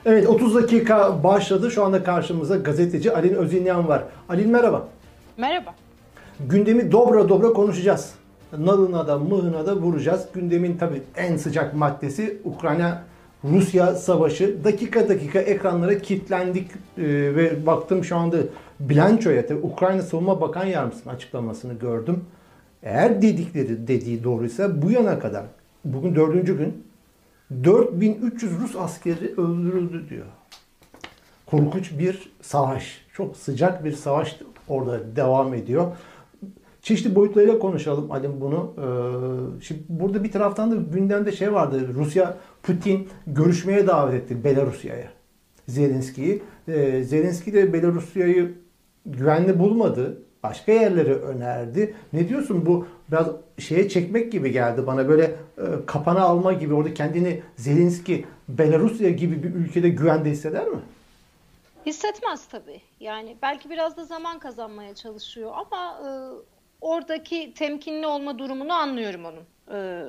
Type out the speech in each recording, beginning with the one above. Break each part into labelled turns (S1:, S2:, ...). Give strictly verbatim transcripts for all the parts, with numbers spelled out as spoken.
S1: Evet, otuz dakika başladı. Şu anda karşımızda gazeteci Alin Özinyan var. Alin merhaba.
S2: Merhaba.
S1: Gündemi dobra dobra konuşacağız. Nalına da mıhına da vuracağız. Gündemin tabii en sıcak maddesi Ukrayna-Rusya savaşı. Dakika dakika ekranlara kilitlendik ee, ve baktım şu anda bilançoya, tabii Ukrayna Savunma Bakan Yardımcısının açıklamasını gördüm. Eğer dedikleri dediği doğruysa bu yana kadar, bugün dördüncü gün, dört bin üç yüz Rus askeri öldürüldü diyor. Korkunç bir savaş. Çok sıcak bir savaş orada devam ediyor. Çeşitli boyutlarıyla konuşalım Alim bunu. Ee, şimdi burada bir taraftan da gündemde şey vardı. Rusya, Putin görüşmeye davet etti Belarusya'ya. Zelenski'yi. Ee, Zelenski de Belarusya'yı güvenli bulmadı. Başka yerlere önerdi. Ne diyorsun, bu biraz şeye çekmek gibi geldi bana, böyle e, kapana alma gibi, orada kendini Zelenski Belarusya gibi bir ülkede güvende hisseder mi?
S2: Hissetmez tabii. Yani belki biraz da zaman kazanmaya çalışıyor ama e, oradaki temkinli olma durumunu anlıyorum onun. E,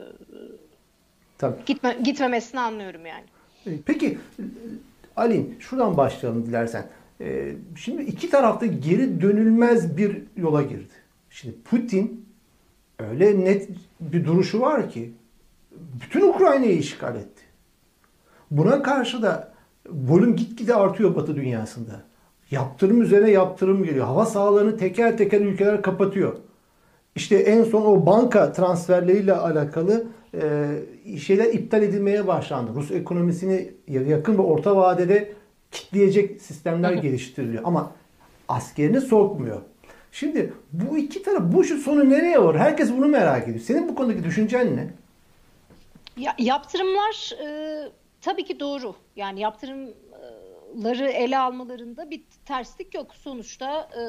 S1: Tabii.
S2: gitme, gitmemesini anlıyorum yani.
S1: E, Peki e, Alin, şuradan başlayalım dilersen. E, Şimdi iki tarafta geri dönülmez bir yola girdi. Şimdi Putin öyle net bir duruşu var ki bütün Ukrayna'yı işgal etti. Buna karşı da volüm gitgide artıyor Batı dünyasında. Yaptırım üzerine yaptırım geliyor. Hava sahalarını teker teker ülkeler kapatıyor. İşte en son o banka transferleriyle alakalı e, şeyler iptal edilmeye başlandı. Rus ekonomisini yakın ve orta vadede kitleyecek sistemler geliştiriliyor. Ama askerini sokmuyor. Şimdi bu iki taraf, bu işin sonu nereye var? Herkes bunu merak ediyor. Senin bu konudaki düşüncen ne?
S2: Ya, yaptırımlar e, tabii ki doğru. Yani yaptırımları ele almalarında bir terslik yok. Sonuçta e,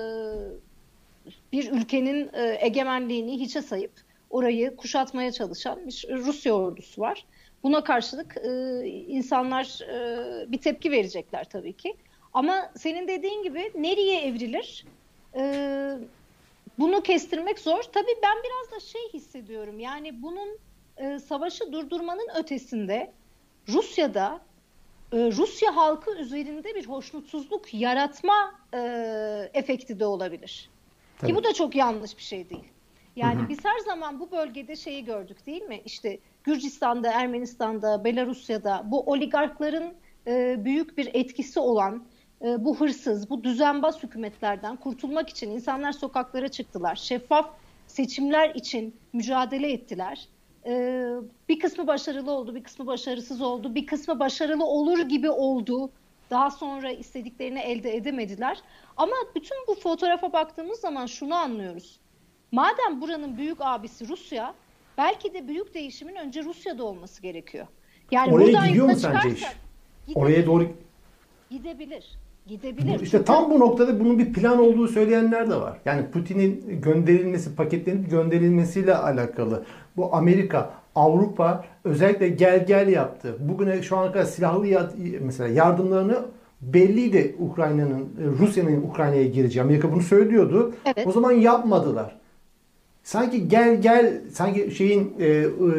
S2: bir ülkenin e, egemenliğini hiçe sayıp orayı kuşatmaya çalışan bir Rusya ordusu var. Buna karşılık e, insanlar e, bir tepki verecekler tabii ki. Ama senin dediğin gibi nereye evrilir? E, Bunu kestirmek zor. Tabii ben biraz da şey hissediyorum. Yani bunun e, savaşı durdurmanın ötesinde Rusya'da e, Rusya halkı üzerinde bir hoşnutsuzluk yaratma e, efekti de olabilir. Ki
S1: Tabii.
S2: bu da çok yanlış bir şey değil.
S1: Hı
S2: Yani
S1: hı.
S2: biz her zaman bu bölgede şeyi gördük değil mi? İşte Gürcistan'da, Ermenistan'da, Belarusya'da bu oligarkların e, büyük bir etkisi olan e, bu hırsız, bu düzenbaz hükümetlerden kurtulmak için insanlar sokaklara çıktılar. Şeffaf seçimler için mücadele ettiler. E, bir kısmı başarılı oldu, bir kısmı başarısız oldu, bir kısmı başarılı olur gibi oldu. Daha sonra istediklerini elde edemediler. Ama bütün bu fotoğrafa baktığımız zaman şunu anlıyoruz. Madem buranın büyük abisi Rusya, belki de büyük değişimin önce Rusya'da olması gerekiyor. Yani
S1: Oraya
S2: buradan
S1: gidiyor mu
S2: yola
S1: sence iş?
S2: çıkarsak
S1: Oraya
S2: gidebilir,
S1: doğru.
S2: gidebilir,
S1: Bu,
S2: gidebilir.
S1: işte
S2: Çünkü
S1: tam bu noktada bunun bir plan olduğu söyleyenler de var. Yani Putin'in gönderilmesi, paketlenip gönderilmesiyle alakalı. Bu Amerika, Avrupa özellikle gel gel yaptı. Bugüne şu ana kadar silahlı ya- mesela yardımlarını belliydi Ukrayna'nın, Rusya'nın Ukrayna'ya gireceği. Amerika bunu söylüyordu. O
S2: evet.
S1: zaman yapmadılar. Sanki gel gel, sanki şeyin e,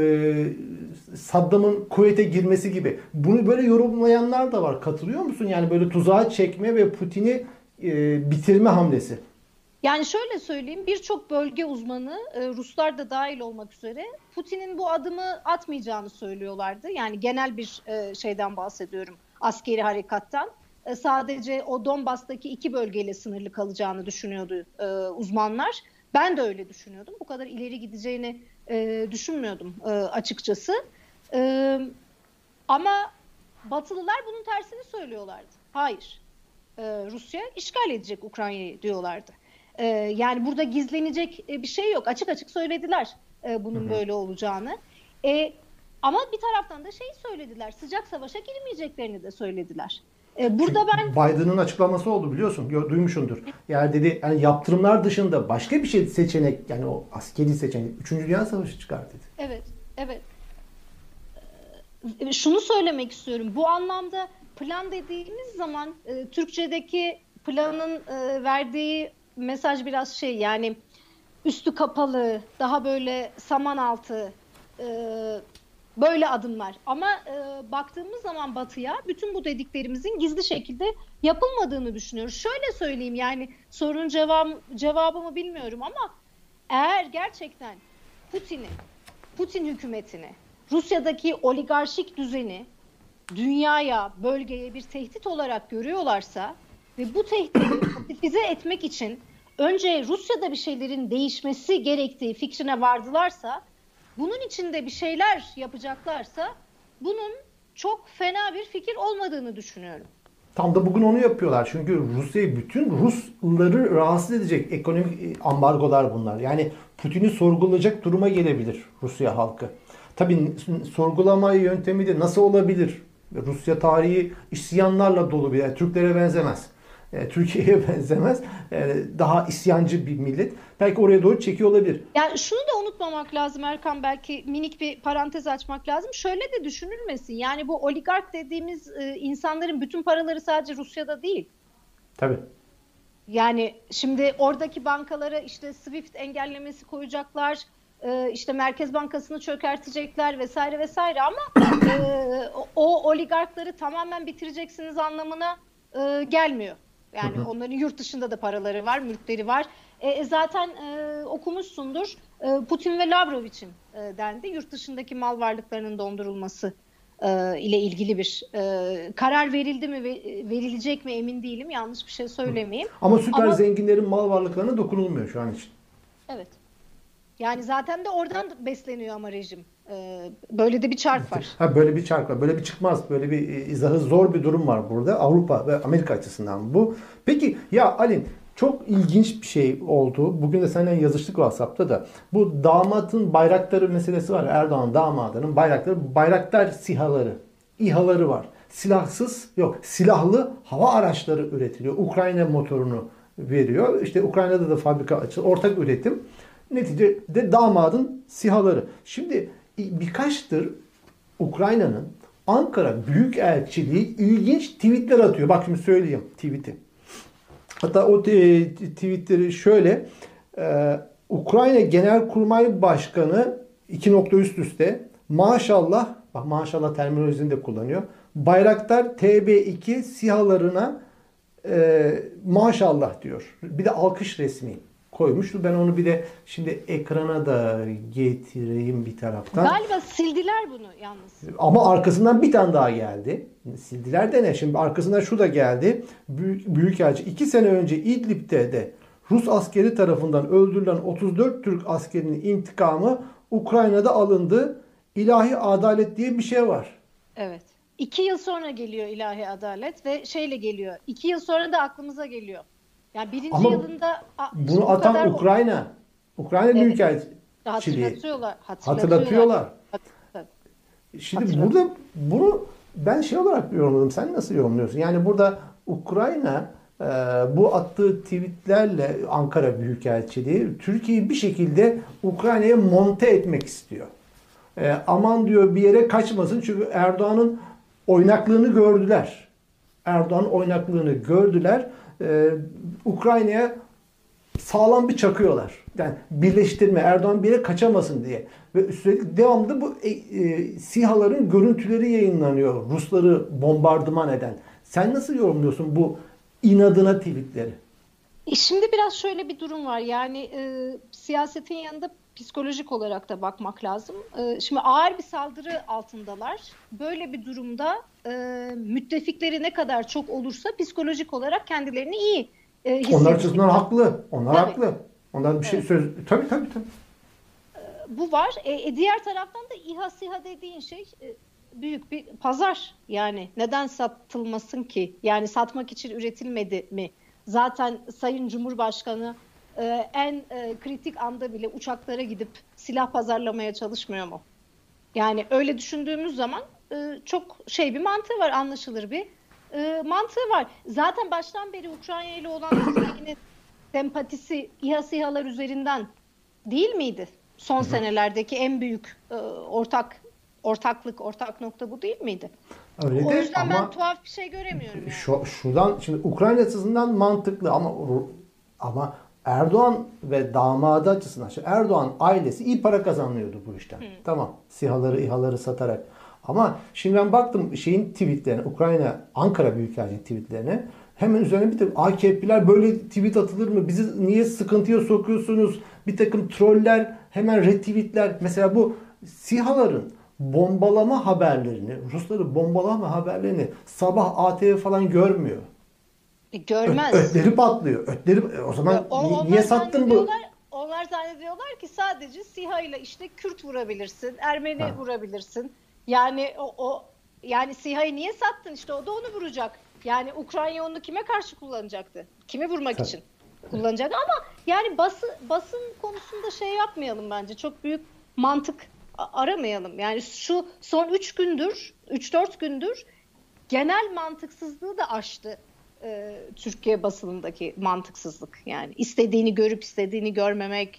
S1: e, Saddam'ın Kuveyt'e girmesi gibi. Bunu böyle yorumlayanlar da var. Katılıyor musun? Yani böyle tuzağa çekme ve Putin'i e, bitirme hamlesi.
S2: Yani şöyle söyleyeyim, birçok bölge uzmanı, e, Ruslar da dahil olmak üzere Putin'in bu adımı atmayacağını söylüyorlardı. Yani genel bir e, şeyden bahsediyorum, askeri harekattan. E, sadece o Donbas'taki iki bölgeyle sınırlı kalacağını düşünüyordu e, uzmanlar. Ben de öyle düşünüyordum. Bu kadar ileri gideceğini e, düşünmüyordum e, açıkçası. E, Ama Batılılar bunun tersini söylüyorlardı. Hayır, e, Rusya işgal edecek Ukrayna'yı diyorlardı. E, yani burada gizlenecek e, bir şey yok. Açık açık söylediler e,
S1: Hı
S2: bunun
S1: hı.
S2: böyle olacağını. E, Ama bir taraftan da şeyi söylediler. Sıcak savaşa girmeyeceklerini de söylediler. E,
S1: Çünkü
S2: burada ben
S1: Biden'ın açıklaması oldu, biliyorsun. Gö- Duymuşsundur. Yani dedi, yani yaptırımlar dışında başka bir şey seçenek, yani o askeri seçenek, üçüncü. Dünya Savaşı çıkar dedi.
S2: evet, evet. E, şunu söylemek istiyorum. Bu anlamda plan dediğimiz zaman e, Türkçedeki planın e, verdiği mesaj biraz şey, yani üstü kapalı, daha böyle saman altı, e, Böyle adımlar. Ama e, baktığımız zaman Batı'ya bütün bu dediklerimizin gizli şekilde yapılmadığını düşünüyoruz. Şöyle söyleyeyim, yani sorunun cevabı, cevabımı bilmiyorum ama eğer gerçekten Putin'i, Putin hükümetini, Rusya'daki oligarşik düzeni dünyaya, bölgeye bir tehdit olarak görüyorlarsa ve bu tehdidi pasifize etmek için önce Rusya'da bir şeylerin değişmesi gerektiği fikrine vardılarsa, bunun için de bir şeyler yapacaklarsa bunun çok fena bir fikir olmadığını düşünüyorum.
S1: Tam da bugün onu yapıyorlar. Çünkü Rusya'yı, bütün Rusları rahatsız edecek ekonomik ambargolar bunlar. Yani Putin'i sorgulayacak duruma gelebilir Rusya halkı. Tabii sorgulama yöntemi de nasıl olabilir? Rusya tarihi isyanlarla dolu bir yer. Türklere benzemez. Yani Türkiye'ye benzemez. Yani daha isyancı bir millet. Belki oraya doğru çekiyor olabilir.
S2: Yani şunu da unutmamak lazım Erkan, belki minik bir parantez açmak lazım. Şöyle de düşünülmesin. Yani bu oligark dediğimiz e, insanların bütün paraları sadece Rusya'da değil.
S1: Tabii.
S2: Yani şimdi oradaki bankalara işte Swift engellemesi koyacaklar, e, işte Merkez Bankası'nı çökertecekler vesaire vesaire ama e, o oligarkları tamamen bitireceksiniz anlamına e, gelmiyor. Yani onların yurt dışında da paraları var, mülkleri var. E, zaten e, okumuşsundur, e, Putin ve Lavrov için e, dendi. Yurt dışındaki mal varlıklarının dondurulması e, ile ilgili bir e, karar verildi mi, verilecek mi emin değilim. Yanlış bir şey söylemeyeyim.
S1: Ama süper
S2: Ama,
S1: zenginlerin mal varlıklarına dokunulmuyor şu an için.
S2: evet. Yani zaten de oradan besleniyor ama rejim. E, böyle de bir çark var.
S1: Ha, böyle bir çark var. Böyle bir çıkmaz. Böyle bir izahı zor bir durum var burada. Avrupa ve Amerika açısından bu. Peki ya Alin, çok ilginç bir şey oldu. Bugün de seninle yazıştık WhatsApp'ta da. Bu damatın bayrakları meselesi var. Erdoğan damadının bayrakları, bayraktar sihaları, İHA'ları var. Silahsız, yok silahlı hava araçları üretiliyor. Ukrayna motorunu veriyor. İşte Ukrayna'da da fabrika açıldı. Ortak üretim. Neticede damadın sihaları. Şimdi birkaçtır Ukrayna'nın Ankara Büyükelçiliği ilginç tweetler atıyor. Bak şimdi söyleyeyim tweet'i. Hatta o tweetleri şöyle. Ee, Ukrayna Genelkurmay Başkanı iki nokta üst üste maşallah, bak maşallah terminolojisini de kullanıyor. Bayraktar T B iki sihalarına e, maşallah diyor. Bir de alkış resmi koymuştu. Ben onu bir de şimdi ekrana da getireyim bir taraftan.
S2: Galiba sildiler bunu yalnız.
S1: Ama arkasından bir tane daha geldi. Sildiler de ne? Şimdi arkasından şu da geldi. Büyük, Büyükelçi iki sene önce İdlib'de de Rus askeri tarafından öldürülen otuz dört Türk askerinin intikamı Ukrayna'da alındı. İlahi adalet diye bir şey var.
S2: Evet. İki yıl sonra geliyor ilahi adalet ve şeyle geliyor. İki yıl sonra da aklımıza geliyor. Yani birinci
S1: Ama
S2: yılında
S1: bunu atan
S2: kadar
S1: Ukrayna. Ukrayna
S2: evet.
S1: Büyükelçiliği.
S2: Hatırlatıyorlar.
S1: Hatırlatıyorlar.
S2: Hatırlatıyorlar.
S1: Şimdi burada bunu ben şey olarak yorumladım. Sen nasıl yorumluyorsun? Yani burada Ukrayna e, bu attığı tweetlerle Ankara Büyükelçiliği Türkiye'yi bir şekilde Ukrayna'ya monte etmek istiyor. E, aman diyor bir yere kaçmasın çünkü Erdoğan'ın oynaklığını gördüler. Erdoğan'ın oynaklığını gördüler. E, Ukrayna'ya sağlam bir çakıyorlar. Yani birleştirme, Erdoğan bir yere kaçamasın diye. Ve üstelik devamlı bu e, e, SİHA'ların görüntüleri yayınlanıyor. Rusları bombardıman eden. Sen nasıl yorumluyorsun bu inadına tweetleri?
S2: E şimdi biraz şöyle bir durum var. Yani e, siyasetin yanında psikolojik olarak da bakmak lazım. E, şimdi ağır bir saldırı altındalar. Böyle bir durumda e, müttefikleri ne kadar çok olursa psikolojik olarak kendilerini iyi e, hissediyorlar.
S1: Onlar açısından haklı. Onlar
S2: tabii.
S1: haklı. Onlar bir şey
S2: evet.
S1: söz... Tabii tabii tabii.
S2: E, bu var. E, diğer taraftan da İHA SİHA dediğin şey e, büyük bir pazar. Yani neden satılmasın ki? Yani satmak için üretilmedi mi? Zaten Sayın Cumhurbaşkanı e, en e, kritik anda bile uçaklara gidip silah pazarlamaya çalışmıyor mu? Yani öyle düşündüğümüz zaman e, çok şey bir mantığı var, anlaşılır bir e, mantığı var. Zaten baştan beri Ukrayna ile olan Türkiye'nin sempatisi İHA SİHA'lar üzerinden değil miydi? Son Hı-hı. senelerdeki en büyük e, ortak ortaklık, ortak nokta bu değil miydi?
S1: Öyle
S2: o
S1: de,
S2: yüzden
S1: ama
S2: ben tuhaf bir şey göremiyorum yani.
S1: Şu, şuradan şimdi Ukrayna açısından mantıklı ama ama Erdoğan ve damadı açısından, işte Erdoğan ailesi iyi para kazanıyordu bu işten. Hı. Tamam. SİHA'ları, İHA'ları satarak. Ama şimdi ben baktım şeyin tweetlerine, Ukrayna, Ankara Büyükelçiliği tweetlerine. Hemen üzerine bir takım A K P'liler böyle tweet atılır mı? Bizi niye sıkıntıya sokuyorsunuz? Bir takım troller hemen retweetler. Mesela bu SİHA'ların bombalama haberlerini, Rusları bombalama haberlerini sabah A T V falan görmüyor.
S2: E, görmez.
S1: Ö- ötleri patlıyor. Ötleri o zaman
S2: o,
S1: ni- niye sattın bu?
S2: Onlar zannediyorlar ki sadece SİHA ile işte Kürt vurabilirsin, Ermeni ha. vurabilirsin. Yani o, o yani SİHA'yı niye sattın? İşte o da onu vuracak. Yani Ukrayna onu kime karşı kullanacaktı? Kimi vurmak Tabii. için kullanacak? Ama yani basın basın konusunda şey yapmayalım bence. Çok büyük mantık aramayalım. Yani şu son üç gündür, üç dört gündür genel mantıksızlığı da aştı. E, Türkiye basınındaki mantıksızlık. Yani istediğini görüp istediğini görmemek.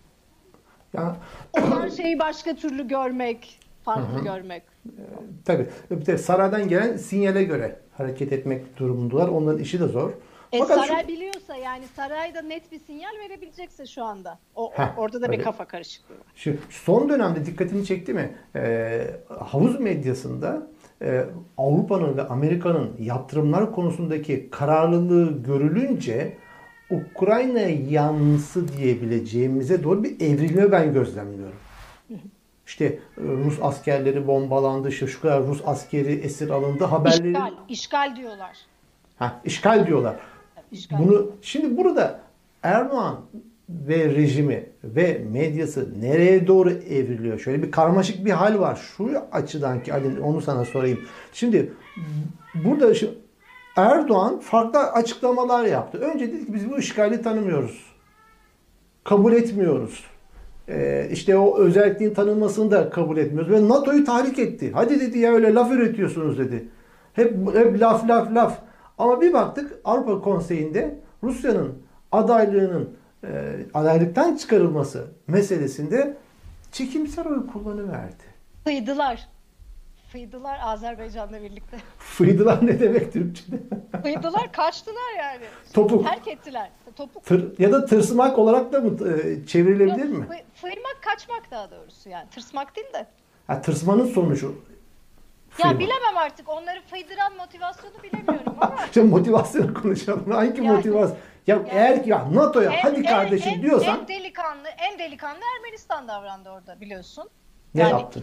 S2: Ya olan şeyi başka türlü görmek, farklı hı hı. görmek.
S1: E, tabii. Bir de saraydan gelen sinyale göre hareket etmek durumundalar. Onların işi de zor.
S2: E, saray şu... biliyorsa yani sarayda net bir sinyal verebilecekse şu anda. O, Heh, orada da tabii. bir kafa karışıklığı var.
S1: Şu son dönemde dikkatini çekti mi? E, havuz medyasında e, Avrupa'nın ve Amerika'nın yaptırımlar konusundaki kararlılığı görülünce Ukrayna yanlısı diyebileceğimize doğru bir evrilme ben gözlemliyorum. İşte Rus askerleri bombalandı, işte şu kadar Rus askeri esir alındı haberleri.
S2: İşgal, işgal diyorlar.
S1: Ha, işgal diyorlar. İşgal. Bunu şimdi burada Erdoğan ve rejimi ve medyası nereye doğru evriliyor? Şöyle bir karmaşık bir hal var. Şu açıdan ki Ali, onu sana sorayım. Şimdi burada şu Erdoğan farklı açıklamalar yaptı. Önce dedi ki biz bu işgali tanımıyoruz. Kabul etmiyoruz. Ee, işte o özelliğin tanınmasını da kabul etmiyoruz. Ve NATO'yu tahrik etti. Hadi dedi ya öyle laf üretiyorsunuz dedi. Hep, hep laf laf laf. Ama bir baktık Avrupa Konseyi'nde Rusya'nın adaylığının e, adaylıktan çıkarılması meselesinde çekimsel oy kullanıverdi.
S2: Fıydılar. Fıydılar Azerbaycan'la birlikte.
S1: Fıydılar ne demek Türkçe'de?
S2: Fıydılar kaçtılar yani.
S1: Topuk.
S2: Terk ettiler. Topuk.
S1: Tır, ya da tırsmak olarak da mı e, çevrilebilir Yok, mi?
S2: Fı, fıyırmak kaçmak daha doğrusu yani. Tırsmak değil de.
S1: Ha, tırsmanın sonucu.
S2: Fıyırmak. Ya bilemem artık. Onları fıydıran motivasyonu bilemiyorum ama.
S1: Şimdi motivasyonu konuşalım. Hangi yani, motivasyon? Ya yani, eğer ki ya NATO'ya en, hadi kardeşim
S2: en,
S1: diyorsan.
S2: En delikanlı, en delikanlı Ermenistan davrandı orada biliyorsun.
S1: Ne yani, yaptı?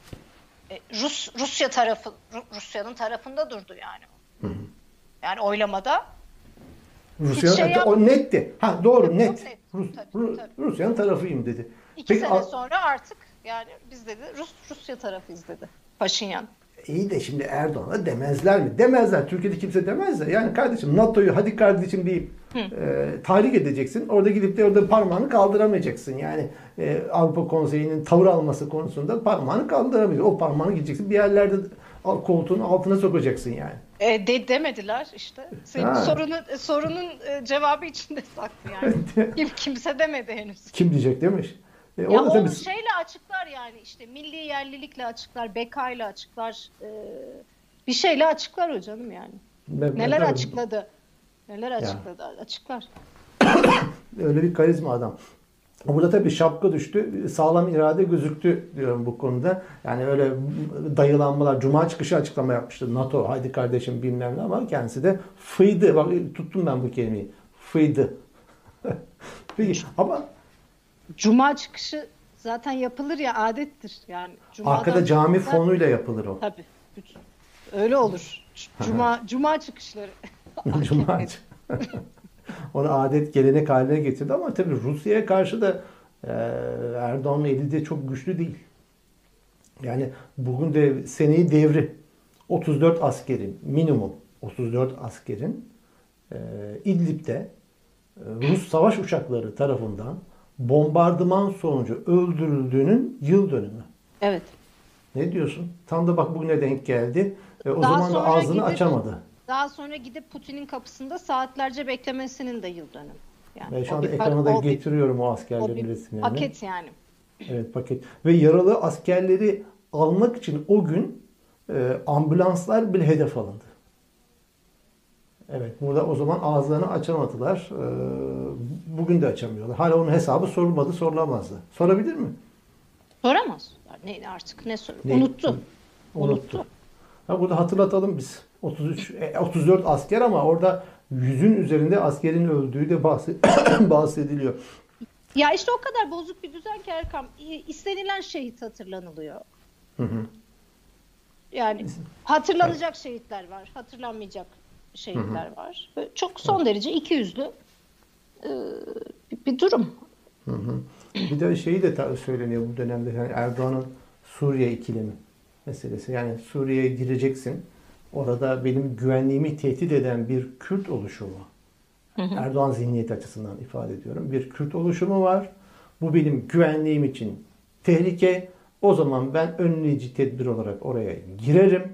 S2: Rus Rusya tarafı Rusya'nın tarafında durdu yani. Hı hı. Yani oylamada.
S1: Rusya şey o netti. Ha doğru Yok, net. net. Rus, tabii, tabii. Rusya'nın tarafıyım dedi.
S2: İki Peki, sene sonra artık yani biz dedi Rus Rusya tarafıyız dedi Paşinyan.
S1: İyi de şimdi Erdoğan'a demezler mi? Demezler. Türkiye'de kimse demez de. Yani kardeşim NATO'yu hadi kardeşim deyip e, tahrik edeceksin. Orada gidip de orada parmağını kaldıramayacaksın. Yani e, Avrupa Konseyi'nin tavır alması konusunda parmağını kaldıramayacaksın. O parmağını gideceksin. Bir yerlerde koltuğun altına sokacaksın yani.
S2: E, de, demediler işte. Senin sorunun, sorunun cevabı içinde saklı yani. Kim, kimse demedi henüz.
S1: Kim diyecek demiş. E,
S2: ya o tabii... şeyle açıklar yani işte milli yerlilikle açıklar, bekayla açıklar, e, bir şeyle açıklar o canım yani. Ben, Neler ben, açıkladı? Neler açıkladı? Ya. Açıklar.
S1: Öyle bir karizma adam. Burada tabii şapka düştü. Sağlam irade gözüktü diyorum bu konuda. Yani öyle dayılanmalar. Cuma çıkışı açıklama yapmıştı. NATO haydi kardeşim bilmem ne ama kendisi de fıydı. Bak tuttum ben bu kelimeyi. Fıydı. Peki ama
S2: Cuma çıkışı zaten yapılır ya adettir yani.
S1: Cuma'dan arkada cami sonra... fonuyla yapılır o.
S2: Tabii. Öyle olur. Cuma Cuma çıkışları.
S1: Cuma. Onu adet gelenek haline getirdi ama tabii Rusya'ya karşı da e, Erdoğan'ın eli de çok güçlü değil. Yani bugün de seneyi devri otuz dört askerin minimum otuz dört askerin e, İdlib'de e, Rus savaş uçakları tarafından bombardıman sonucu öldürüldüğünün yıl dönümü.
S2: Evet.
S1: Ne diyorsun? Tam da bak bugüne denk geldi. E, o Daha zaman da ağzını gidip, açamadı.
S2: Daha sonra gidip Putin'in kapısında saatlerce beklemesinin de yıl dönümü. Yani
S1: ben şu anda ekrana da getiriyorum o askerlerin
S2: o
S1: resimlerini.
S2: Paket yani.
S1: Evet paket. Ve yaralı askerleri almak için o gün e, ambulanslar bile hedef alındı. Evet, burada o zaman ağızlarını açamadılar. Ee, bugün de açamıyorlar. Hala onun hesabı sorulmadı, sorulamazdı. Sorabilir mi?
S2: Soramaz. Ne artık ne sor?
S1: Ne?
S2: Unuttu.
S1: Unuttu.
S2: Unuttu.
S1: Ha, burada hatırlatalım biz. otuz üç, e, otuz dört asker ama orada yüzün üzerinde askerin öldüğü de bahse- bahsediliyor.
S2: Ya işte o kadar bozuk bir düzen ki Erkam, istenilen şehit hatırlanılıyor.
S1: Hı hı.
S2: Yani hatırlanacak şehitler var, hatırlanmayacak şehitler var. Böyle çok son derece ikiyüzlü e, bir, bir durum.
S1: Hı hı. Bir de şeyi de ta- söyleniyor bu dönemde. Yani Erdoğan'ın Suriye ikilemi meselesi. Yani Suriye'ye gireceksin. Orada benim güvenliğimi tehdit eden bir Kürt oluşumu.
S2: Hı hı.
S1: Erdoğan zihniyeti açısından ifade ediyorum. Bir Kürt oluşumu var. Bu benim güvenliğim için tehlike. O zaman ben önleyici tedbir olarak oraya girerim.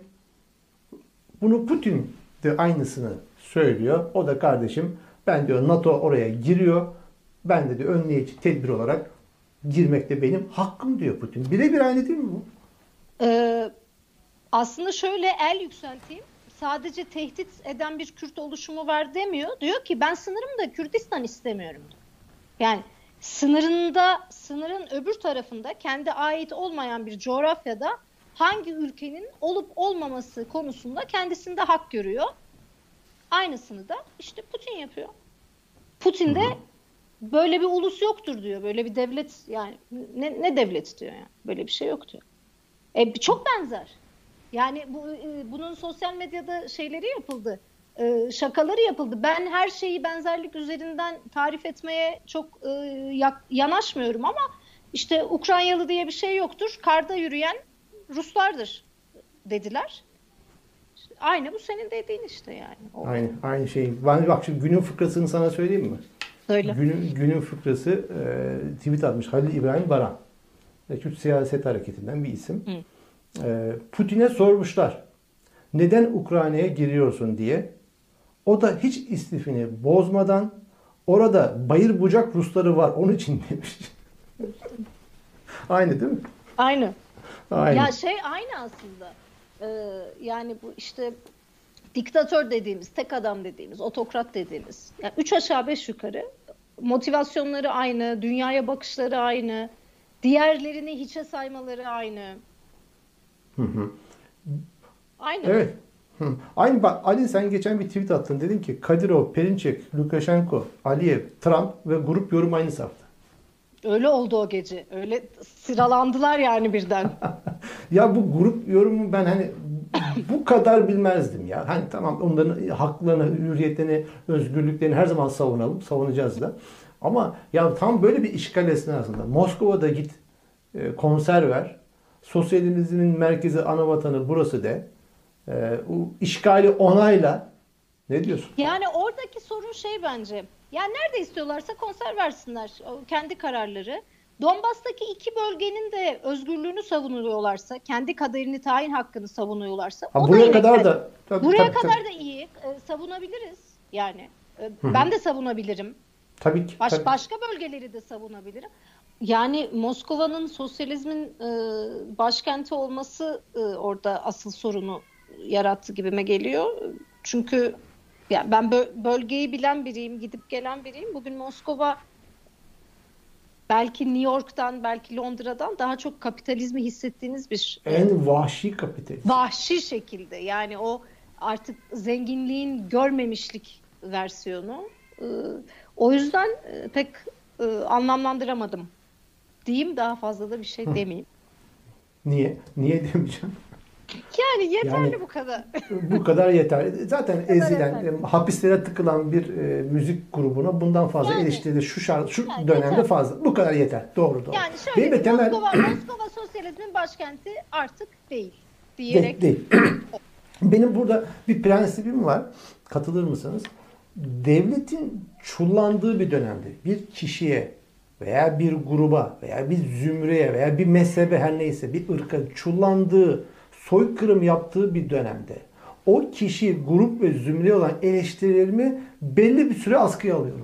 S1: Bunu Putin de aynısını söylüyor. O da kardeşim ben diyor NATO oraya giriyor. Ben de diyor önleyici tedbir olarak girmekte benim hakkım diyor Putin. Birebir aynı değil mi bu?
S2: Ee, aslında şöyle el yükselteyim. Sadece tehdit eden bir Kürt oluşumu var demiyor. Diyor ki ben sınırımda Kürdistan istemiyorum diyor. Yani sınırında, sınırın öbür tarafında kendi ait olmayan bir coğrafyada hangi ülkenin olup olmaması konusunda kendisinde hak görüyor. Aynısını da işte Putin yapıyor. Putin de böyle bir ulus yoktur diyor. Böyle bir devlet yani ne, ne devlet diyor yani. Böyle bir şey yok diyor. E, çok benzer. Yani bu, e, bunun sosyal medyada şeyleri yapıldı. E, şakaları yapıldı. Ben her şeyi benzerlik üzerinden tarif etmeye çok e, yak, yanaşmıyorum ama işte Ukraynalı diye bir şey yoktur. Karda yürüyen Ruslardır dediler. İşte aynı bu senin dediğin işte yani. O.
S1: Aynı, aynı şey. Ben bak şimdi günün fıkrasını sana söyleyeyim mi?
S2: Söyle.
S1: Günün, günün fıkrası e, tweet atmış Halil İbrahim Baran. E, Kürt siyaset hareketinden bir isim.
S2: Hı.
S1: E, Putin'e sormuşlar. Neden Ukrayna'ya giriyorsun diye. O da hiç istifini bozmadan orada bayır bucak Rusları var onun için demiş. Aynı değil mi?
S2: Aynı.
S1: Aynı.
S2: Ya şey aynı aslında. Ee, yani bu işte diktatör dediğimiz, tek adam dediğimiz, otokrat dediğimiz. Yani üç aşağı beş yukarı motivasyonları aynı, dünyaya bakışları aynı, diğerlerini hiçe saymaları aynı.
S1: Hı hı.
S2: Aynı.
S1: Evet. Hı. Aynı bak Ali sen geçen bir tweet attın. Dedin ki Kadirov, Perinçek, Lukashenko, Aliyev, Trump ve grup yorum aynı safta.
S2: Öyle oldu o gece. Öyle sıralandılar yani birden.
S1: Ya bu grup yorumu ben hani bu kadar bilmezdim ya. Hani tamam onların haklarını, hürriyetlerini, özgürlüklerini her zaman savunalım. Savunacağız da. Ama ya tam böyle bir işgal esnasında Moskova'da git e, konser ver. Sosyalizmin merkezi ana vatanı burası de. E, o işgali onayla. Ne diyorsun?
S2: Yani oradaki sorun şey bence. Yani nerede istiyorlarsa konser versinler. O kendi kararları. Donbas'taki iki bölgenin de özgürlüğünü savunuyorlarsa, kendi kaderini tayin hakkını savunuyorlarsa,
S1: Ha,
S2: o da
S1: buraya
S2: yine
S1: kadar
S2: kendi-
S1: da tabii,
S2: buraya
S1: tabii,
S2: kadar
S1: tabii,
S2: da iyi e, savunabiliriz. Yani e, ben de savunabilirim.
S1: tabii ki.
S2: Baş,
S1: tabii.
S2: başka bölgeleri de savunabilirim. Yani Moskova'nın sosyalizmin e, başkenti olması e, orada asıl sorunu yarattı gibime geliyor. Çünkü ya ben bö- bölgeyi bilen biriyim, gidip gelen biriyim. Bugün Moskova belki New York'tan, belki Londra'dan daha çok kapitalizmi hissettiğiniz bir e,
S1: En vahşi kapitalist.
S2: vahşi şekilde. Yani o artık zenginliğin görmemişlik versiyonu. Ee, o yüzden e, pek e, anlamlandıramadım diyeyim, daha fazla da bir şey demeyeyim.
S1: Niye? Niye demeyeceğim?
S2: Yani yeterli
S1: Yani-
S2: bu kadar.
S1: Bu kadar yeter. Zaten
S2: kadar
S1: ezilen,
S2: yeter.
S1: e, hapislere tıkılan bir e, müzik grubuna bundan fazla
S2: Yani-
S1: eleştiri şu şart, şu
S2: Yani
S1: dönemde
S2: yeter.
S1: fazla. Bu kadar yeter. Doğru doğru.
S2: Yani şöyle
S1: Benim de
S2: bir
S1: temel
S2: Moskova, Moskova sosyalizmin başkenti artık değil diyerek.
S1: değil, değil. Benim burada bir prensibim var. Katılır mısınız? Devletin çullandığı bir dönemde bir kişiye veya bir gruba veya bir zümreye veya bir mezhebe her neyse bir ırka çullandığı, soykırım yaptığı bir dönemde o kişi, grup ve zümreye olan eleştirilerimi belli bir süre askıya alıyorum.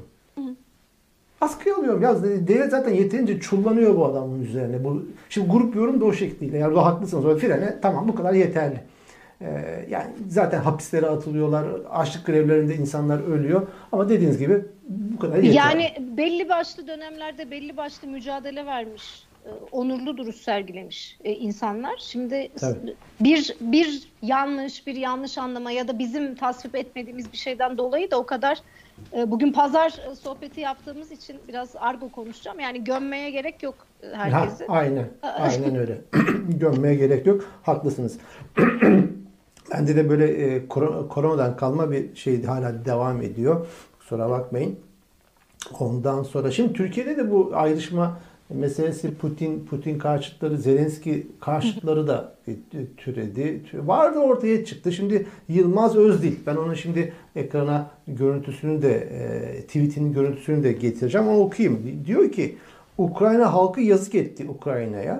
S1: Askıya alıyorum. Ya devlet zaten yeterince çullanıyor bu adamın üzerine. Bu, şimdi grup yorum da o şekliyle. Yani bu haklısınız. O frene tamam bu kadar yeterli. Ee, yani zaten hapislere atılıyorlar, açlık grevlerinde insanlar ölüyor. Ama dediğiniz gibi bu kadar yeter.
S2: Yani belli başlı dönemlerde belli başlı mücadele vermiş, e, onurlu duruş sergilemiş e, insanlar. Şimdi
S1: Tabii.
S2: bir bir yanlış, bir yanlış anlama ya da bizim tasvip etmediğimiz bir şeyden dolayı da o kadar e, bugün pazar e, sohbeti yaptığımız için biraz argo konuşacağım. Yani gömmeye gerek yok e, herkesi.
S1: Ha, aynen, aynen öyle. Gömmeye gerek yok. Haklısınız. Bende de böyle e, koronadan kalma bir şey hala devam ediyor. Kusura bakmayın. Ondan sonra şimdi Türkiye'de de bu ayrışma meselesi Putin Putin karşıtları, Zelenski karşıtları da türedi. Vardı, ortaya çıktı. Şimdi Yılmaz Özdil, ben onun şimdi ekrana görüntüsünü de e, tweetinin görüntüsünü de getireceğim. Onu okuyayım. Diyor ki Ukrayna halkı yazık etti Ukrayna'ya.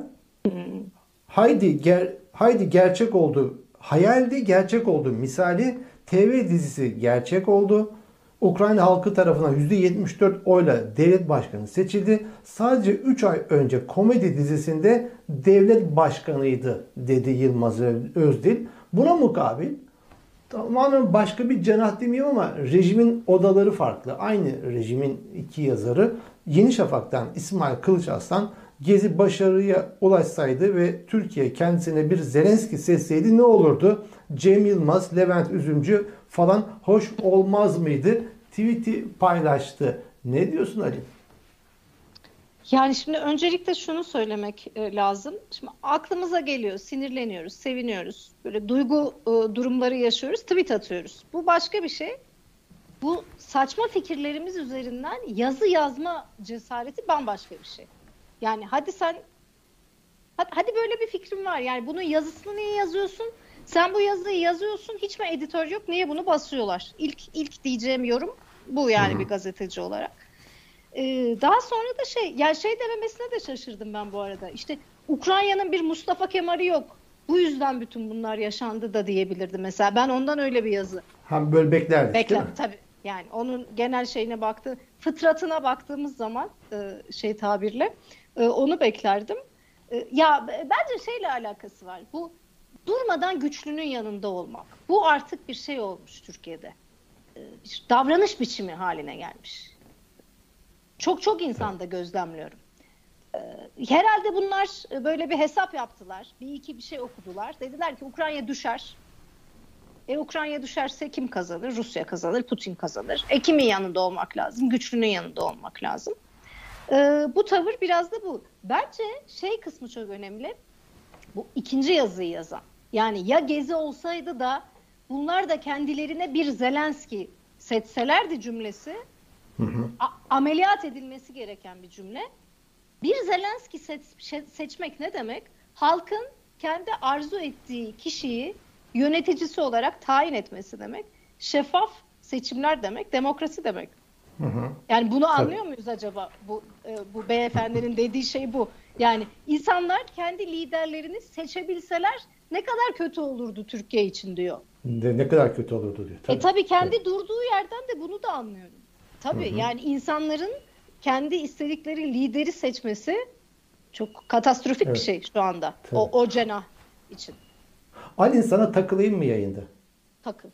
S1: Haydi ger haydi gerçek oldu. Hayaldi, gerçek oldu. Misali T V dizisi gerçek oldu. Ukrayna halkı tarafından yüzde yetmiş dört oyla devlet başkanı seçildi. Sadece üç ay önce komedi dizisinde devlet başkanıydı dedi Yılmaz Özdil. Buna mukabil tamamen başka bir cenah demeyeyim ama rejimin odaları farklı. Aynı rejimin iki yazarı Yeni Şafak'tan İsmail Kılıçarslan Gezi başarıya ulaşsaydı ve Türkiye kendisine bir Zelenski seçseydi ne olurdu? Cem Yılmaz, Levent Üzümcü falan hoş olmaz mıydı? Tweet'i paylaştı. Ne diyorsun Ali?
S2: Yani şimdi öncelikle şunu söylemek e, lazım. Şimdi aklımıza geliyor, sinirleniyoruz, seviniyoruz. Böyle duygu e, durumları yaşıyoruz, tweet atıyoruz. Bu başka bir şey. Bu saçma fikirlerimiz üzerinden yazı yazma cesareti bambaşka bir şey. Yani hadi sen hadi, hadi böyle bir fikrin var. Yani bunun yazısını niye yazıyorsun? Sen bu yazıyı yazıyorsun. Hiç mi editör yok? Niye bunu basıyorlar? İlk ilk diyeceğim yorum bu yani Hı-hı. bir gazeteci olarak. Ee, daha sonra da şey, yani şey dememesine de şaşırdım ben bu arada. İşte Ukrayna'nın bir Mustafa Kemal'i yok. Bu yüzden bütün bunlar yaşandı da diyebilirdi mesela. Ben ondan öyle bir yazı.
S1: Hem böyle beklerdik
S2: Bekler,
S1: değil mi?
S2: Tabii. Yani onun genel şeyine baktı, fıtratına baktığımız zaman e, şey tabirle e, onu beklerdim. E, ya bence şeyle alakası var. Bu durmadan güçlünün yanında olmak. Bu artık bir şey olmuş Türkiye'de. E, bir davranış biçimi haline gelmiş. Çok çok insanda gözlemliyorum. E, herhalde bunlar böyle bir hesap yaptılar. Bir iki bir şey okudular. Dediler ki Ukrayna düşer. E, Ukrayna düşerse kim kazanır? Rusya kazanır, Putin kazanır. E, kimin yanında olmak lazım? Güçlünün yanında olmak lazım. E, bu tavır biraz da bu. Bence şey kısmı çok önemli. Bu ikinci yazıyı yazan. Yani ya Gezi olsaydı da bunlar da kendilerine bir Zelenski seçselerdi cümlesi, hı hı. A- ameliyat edilmesi gereken bir cümle. Bir Zelenski seç- seçmek ne demek? Halkın kendi arzu ettiği kişiyi yöneticisi olarak tayin etmesi demek. Şeffaf seçimler demek, demokrasi demek. Hı hı. Yani bunu anlıyor Tabii. muyuz acaba? Bu e, bu beyefendinin dediği şey bu. Yani insanlar kendi liderlerini seçebilseler ne kadar kötü olurdu Türkiye için diyor.
S1: Ne, ne kadar kötü olurdu diyor.
S2: Tabii. E tabii kendi tabii. durduğu yerden de bunu da anlıyorum. Tabii hı hı. Yani insanların kendi istedikleri lideri seçmesi çok katastrofik evet. bir şey şu anda. Tabii. O o cenah için.
S1: Ali, sana takılayım mı yayında?
S2: Takıl.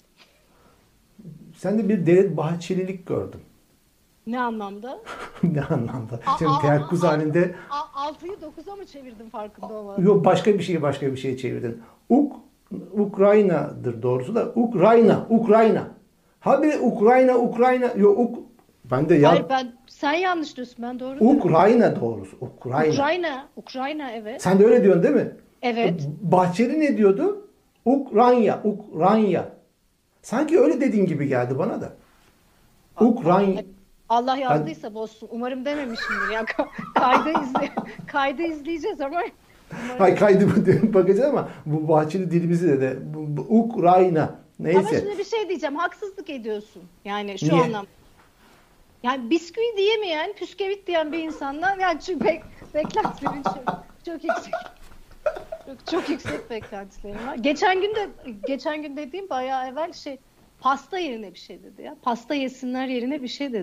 S1: Sen de bir Devlet Bahçelilik gördüm.
S2: Ne anlamda?
S1: Ne anlamda? A, Şimdi teyakkuz halinde...
S2: altıyı dokuza mı çevirdin farkında olmadan?
S1: Yok, başka bir şeyi başka bir şeye çevirdin. Uk, Ukrayna'dır doğrusu da. Ukrayna, Ukrayna. Habire Ukrayna, Ukrayna. Yok, Uk... Ben de ya...
S2: Hayır, ben sen yanlış diyorsun, ben doğru
S1: diyorum. Ukrayna doğrusu. Ukrayna.
S2: Ukrayna, Ukrayna evet.
S1: Sen de öyle diyorsun değil mi?
S2: Evet.
S1: Bahçeli ne diyordu? Ukrayna, Ukrayna. Sanki öyle dediğin gibi geldi bana da. Ukrayna.
S2: Allah yazdıysa ben... bozsun. Umarım dememişimdir ya. Kaydı izle kaydı izleyeceğiz ama.
S1: Hay kaydı bakacağız ama bu Bahçeli dilimizi de, de bu, bu, Ukrayna. Neyse.
S2: Ama şimdi bir şey diyeceğim. Haksızlık ediyorsun. Yani şu anlamda. Yani bisküvi diyemeyen, püskevit diyen bir insandan yani çünkü bek, beklentilerin çok, çok yüksek. Çok, çok yüksek beklentilerim var. Geçen gün de geçen gün dediğim bayağı evvel şey pasta yerine bir şey dedi ya. Pasta yesinler yerine bir şey dedi.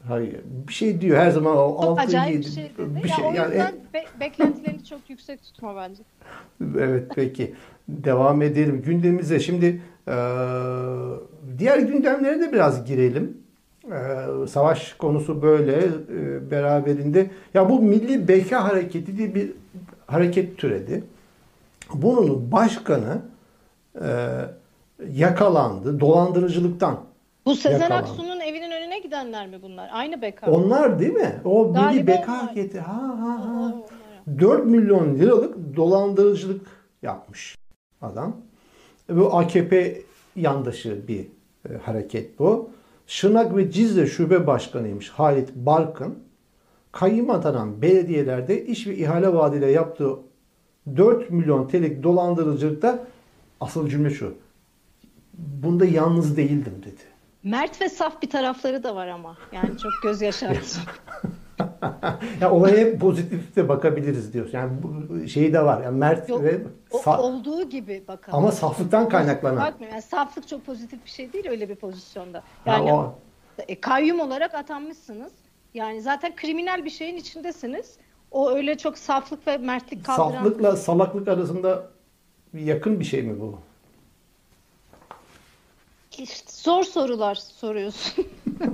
S1: Hayır. Bir şey diyor her zaman o
S2: Çok
S1: altı
S2: acayip
S1: yedi
S2: bir şey dedi.
S1: bir
S2: Ya
S1: şey
S2: o
S1: yani
S2: yüzden be- beklentilerini çok yüksek tutma bence.
S1: evet peki. Devam edelim gündemimize. Şimdi eee, diğer gündemlere de biraz girelim. Eee, savaş konusu böyle eee, beraberinde. Ya bu Milli Beka Hareketi diye bir hareket türedi. Bunun başkanı eee, yakalandı. Dolandırıcılıktan
S2: Bu Sezen
S1: yakalandı.
S2: Aksu'nun evinin önüne gidenler mi bunlar? Aynı beka mı?
S1: Onlar değil mi? O Milli
S2: Galiba
S1: Beka
S2: onlar.
S1: Hareketi. Ha ha
S2: O, o,
S1: ha.
S2: onlar.
S1: dört milyon liralık dolandırıcılık yapmış adam. Bu A K P yandaşı bir e, hareket bu. Şırnak ve Cizre Şube Başkanıymış Halit Barkın. Kayyum atanan belediyelerde iş ve ihale vaadiyle yaptığı dört milyon T L'lik dolandırıcılıkta asıl cümle şu. Bunda yalnız değildim dedi.
S2: Mert ve saf bir tarafları da var ama. Yani çok göz yaşartıcı.
S1: Ya olaya hep pozitif de bakabiliriz diyoruz. Yani bu şeyi de var. Yani mert
S2: Yok,
S1: ve
S2: o,
S1: sa-
S2: olduğu gibi bakalım.
S1: ama saflıktan kaynaklanan.
S2: Bakmıyorum. Yani saflık çok pozitif bir şey değil öyle bir pozisyonda.
S1: Ha,
S2: Yani
S1: o
S2: e, kayyum olarak atanmışsınız. Yani zaten kriminal bir şeyin içindesiniz. O öyle çok saflık ve mertlik kaldıran.
S1: saflıkla salaklık arasında yakın bir şey mi bu?
S2: İşte zor sorular soruyorsun.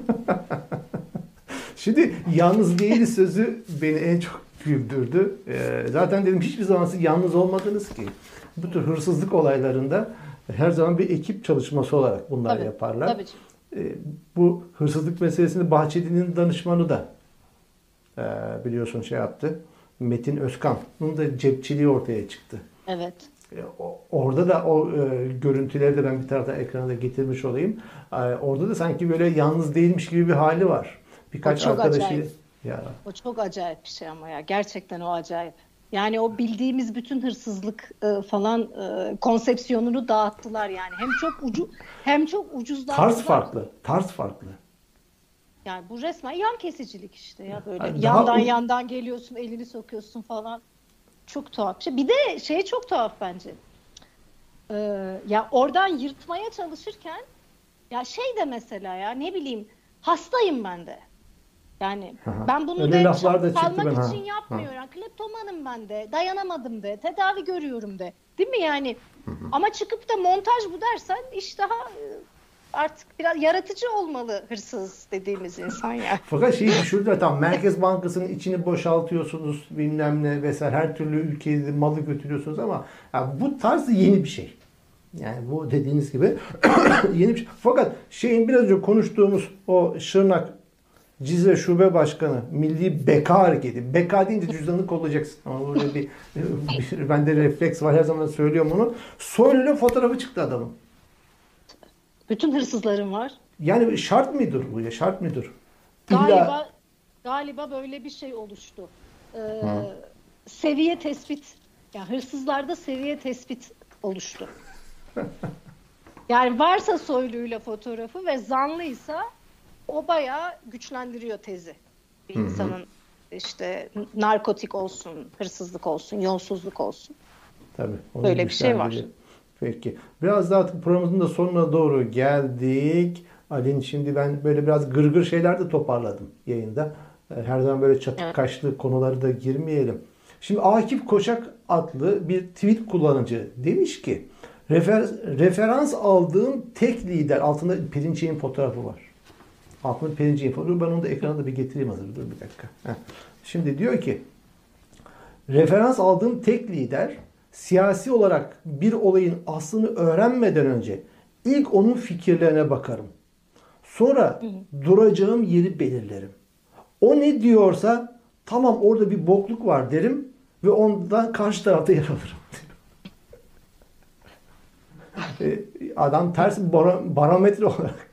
S1: Şimdi yalnız değiliz sözü beni en çok güldürdü. Ee, zaten dedim hiçbir zaman siz yalnız olmadınız ki. Bu tür hırsızlık olaylarında her zaman bir ekip çalışması olarak bunlar
S2: Tabii,
S1: yaparlar.
S2: tabii canım.
S1: Ee, bu hırsızlık meselesini Bahçeli'nin danışmanı da e, biliyorsun şey yaptı. Metin Özkan. Bunun da cepçiliği ortaya çıktı.
S2: Evet.
S1: E, o- Orada da o e, görüntüleri de ben bir taraftan ekrana da getirmiş olayım. E, orada da sanki böyle yalnız değilmiş gibi bir hali var. Birkaç
S2: O çok
S1: arkadaşı
S2: acayip.
S1: ya
S2: O çok acayip bir şey ama ya. Gerçekten o acayip. Yani o bildiğimiz bütün hırsızlık e, falan e, konsepsiyonunu dağıttılar yani. Hem çok ucu hem çok ucuzlattılar.
S1: tarz farklı. Tarz farklı.
S2: Yani bu resmen yan kesicilik işte ya böyle
S1: Yani daha
S2: yandan
S1: u-
S2: yandan geliyorsun elini sokuyorsun falan. Çok tuhaf bir şey. Bir de şey çok tuhaf bence. Ee, ya oradan yırtmaya çalışırken ya şey de mesela ya ne bileyim hastayım ben de. Yani
S1: Aha.
S2: ben bunu
S1: Öyle
S2: de
S1: laflar da
S2: ça-
S1: çıktı
S2: kalmak
S1: ben ha.
S2: için yapmıyorum. Yani kleptomanım ben de. Dayanamadım de. Tedavi görüyorum de. Değil mi yani? Ama çıkıp da montaj bu dersen iş daha e, artık biraz yaratıcı olmalı hırsız dediğimiz insan ya.
S1: Fakat şeyi düşürdüler tam Merkez Bankası'nın içini boşaltıyorsunuz bilmem ne vesaire her türlü ülkeye malı götürüyorsunuz ama ya bu tarz yeni bir şey. Yani bu dediğiniz gibi yeni bir şey. Fakat şeyin biraz önce konuştuğumuz o Şırnak Cizre Şube Başkanı Milli Beka Hareketi. Beka deyince cüzdanını kollayacaksın. Ama böyle bir, bir bende refleks var her zaman söylüyorum onu. Soyluyla fotoğrafı çıktı adamın.
S2: Bütün hırsızların var.
S1: Yani şart mıdır bu ya? Şart mıdır? İlla
S2: Galiba galiba böyle bir şey oluştu. Ee, seviye tespit. Ya hırsızlarda seviye tespit oluştu. Yani varsa soyluyla fotoğrafı ve zanlıysa o bayağı güçlendiriyor tezi. Bir insanın işte narkotik olsun, hırsızlık olsun, yolsuzluk olsun.
S1: tabii. onu
S2: Böyle bir şey var.
S1: güçlendiriyor. Peki. Biraz daha artık programımızın da sonuna doğru geldik. Alin şimdi ben böyle biraz gırgır şeyler de toparladım yayında. Her zaman böyle çatık
S2: Evet.
S1: kaşlı konuları da girmeyelim. Şimdi Akif Koçak adlı bir tweet kullanıcı demiş ki refer, referans aldığım tek lider altında Perinçek'in fotoğrafı var. Altında Perinçek'in fotoğrafı. Ben onu da ekrana da bir getireyim hazır. Dur bir dakika. Heh. Şimdi diyor ki referans aldığım tek lider siyasi olarak bir olayın aslını öğrenmeden önce ilk onun fikirlerine bakarım. Sonra duracağım yeri belirlerim. O ne diyorsa tamam orada bir bokluk var derim ve ondan karşı tarafta yer alırım. E, Adam ters bara- barometre olarak.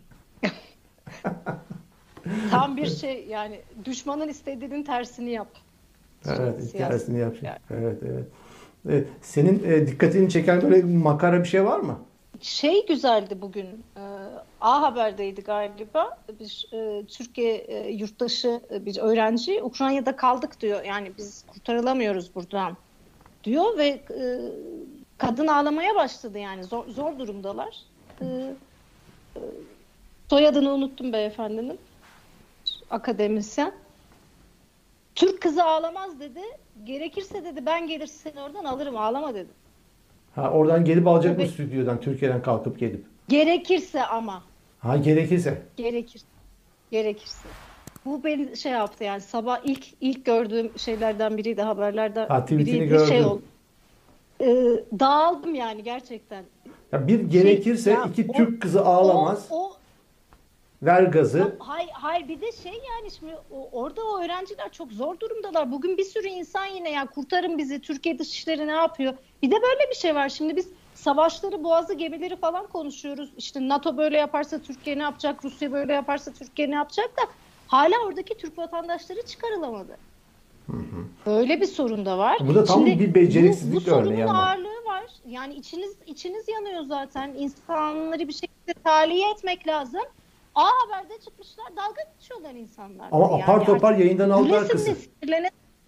S2: Tam bir şey yani düşmanın istediğinin tersini yap.
S1: Evet,
S2: Siyasi.
S1: tersini yapacak.
S2: Yani.
S1: Evet, evet. Evet, senin e, dikkatini çeken böyle makara bir şey var mı?
S2: Şey güzeldi bugün. e, A Haber'deydi galiba. Bir e, Türkiye e, yurttaşı e, bir öğrenci Ukrayna'da kaldık diyor. Yani biz kurtarılamıyoruz buradan diyor ve e, kadın ağlamaya başladı yani zor, zor durumdalar. E, e, soyadını unuttum beyefendinin. akademisyen. Türk kızı ağlamaz dedi. Gerekirse dedi ben gelir seni oradan alırım, ağlama dedi.
S1: Ha, oradan gelip alacak mı
S2: Tabii.
S1: stüdyodan, Türkiye'den kalkıp gelip?
S2: Gerekirse ama.
S1: Ha, gerekirse.
S2: Gerekir. Gerekirse. Bu beni şey yaptı yani sabah ilk ilk gördüğüm şeylerden biriydi, haberlerden
S1: Ha, tweetini
S2: biriydi.
S1: gördüm.
S2: Şey oldu. Ee, dağıldım yani gerçekten.
S1: Ya bir gerekirse
S2: ya
S1: iki
S2: o-
S1: Türk kızı ağlamaz.
S2: O, o
S1: Ver gazı.
S2: Hayır, hayır bir de şey yani şimdi o- orada o öğrenciler çok zor durumdalar. Bugün bir sürü insan yine ya kurtarın bizi, Türkiye Dışişleri ne yapıyor? Bir de böyle bir şey var. Şimdi biz savaşları, boğazı gemileri falan konuşuyoruz. İşte NATO böyle yaparsa Türkiye ne yapacak? Rusya böyle yaparsa Türkiye ne yapacak da hala oradaki Türk vatandaşları çıkarılamadı. Böyle bir sorun da var.
S1: Bu da tam bir beceriksizlik
S2: bu, bu sorunun
S1: örneği ama.
S2: ağırlığı var. Yani içiniz içiniz yanıyor zaten. İnsanları bir şekilde tahliye etmek lazım. A Haber'de çıkmışlar, dalga geçiyorlar insanlar.
S1: Ama
S2: Yani
S1: apar topar
S2: artık
S1: yayından aldılar
S2: gülesin
S1: kızı.
S2: de sinirlene-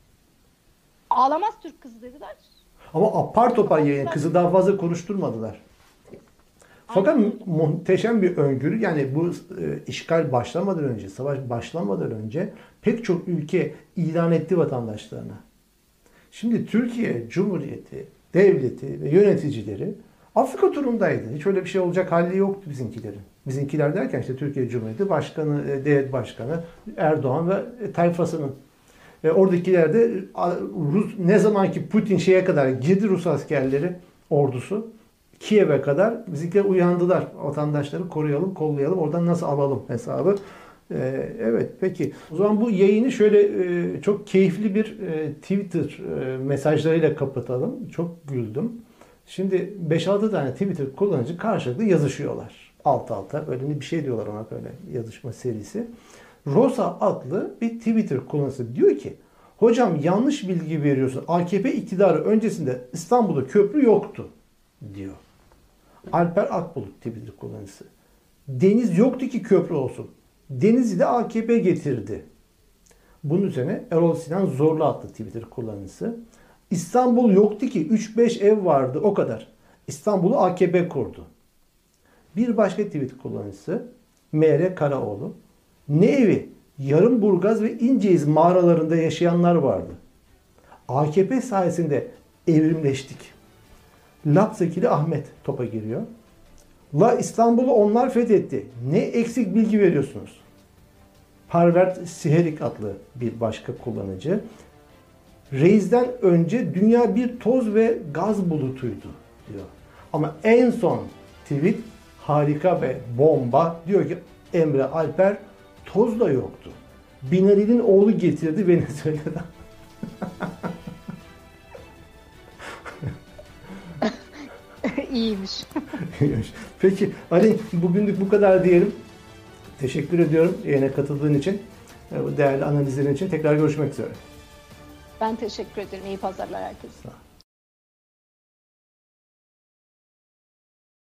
S2: Ağlamaz Türk kızı dediler.
S1: Ama apar topar yayın kızı daha fazla konuşturmadılar. Fakat
S2: Aynen öyle.
S1: muhteşem bir öngörü, yani bu e, işgal başlamadan önce, savaş başlamadan önce pek çok ülke ilan etti vatandaşlarına. Şimdi Türkiye Cumhuriyeti, devleti ve yöneticileri Afrika turundaydı. Hiç öyle bir şey olacak hali yoktu bizimkilerin. Bizimkiler derken işte Türkiye Cumhuriyeti Başkanı, e, devlet başkanı Erdoğan ve e, tayfasının. E, oradakiler de a, Rus, ne zaman ki Putin şeye kadar girdi, Rus askerleri, ordusu Kiev'e kadar bizimkiler uyandılar. Vatandaşları koruyalım, kollayalım, oradan nasıl alalım hesabı. E, evet, peki. O zaman bu yayını şöyle e, çok keyifli bir e, Twitter e, mesajlarıyla kapatalım. Çok güldüm. Şimdi beş altı tane Twitter kullanıcı karşılıklı yazışıyorlar. Alt alta. Öyle bir şey diyorlar ona, böyle yazışma serisi. Rosa adlı bir Twitter kullanıcısı diyor ki, hocam yanlış bilgi veriyorsun. A K P iktidarı öncesinde İstanbul'da köprü yoktu diyor. Alper Akbulut Twitter kullanıcısı. Deniz yoktu ki köprü olsun. Deniz'i de A K P getirdi. Bunun üzerine Erol Sinan Zorlu adlı Twitter kullanıcısı. İstanbul yoktu ki üç beş ev vardı o kadar. İstanbul'u A K P kurdu. Bir başka Twitter kullanıcısı M R Karaoğlu. Ne evi? Yarımburgaz ve İnceyiz mağaralarında yaşayanlar vardı. A K P sayesinde evrimleştik. Lapsakili Ahmet topa giriyor. La İstanbul'u onlar fethetti. Ne eksik bilgi veriyorsunuz? Parvert Siherik adlı bir başka kullanıcı. Reis'den önce dünya bir toz ve gaz bulutuydu diyor. Ama en son tweet harika ve bomba. Diyor ki Emre Alper, toz da yoktu. Binali'nin oğlu getirdi Venezuela'dan.
S2: İyiymiş.
S1: Peki Ali, bugünlük bu kadar diyelim. Teşekkür ediyorum yayına katıldığın için, bu değerli analizlerin için. Tekrar görüşmek üzere.
S2: Ben teşekkür ederim. İyi pazarlar herkese.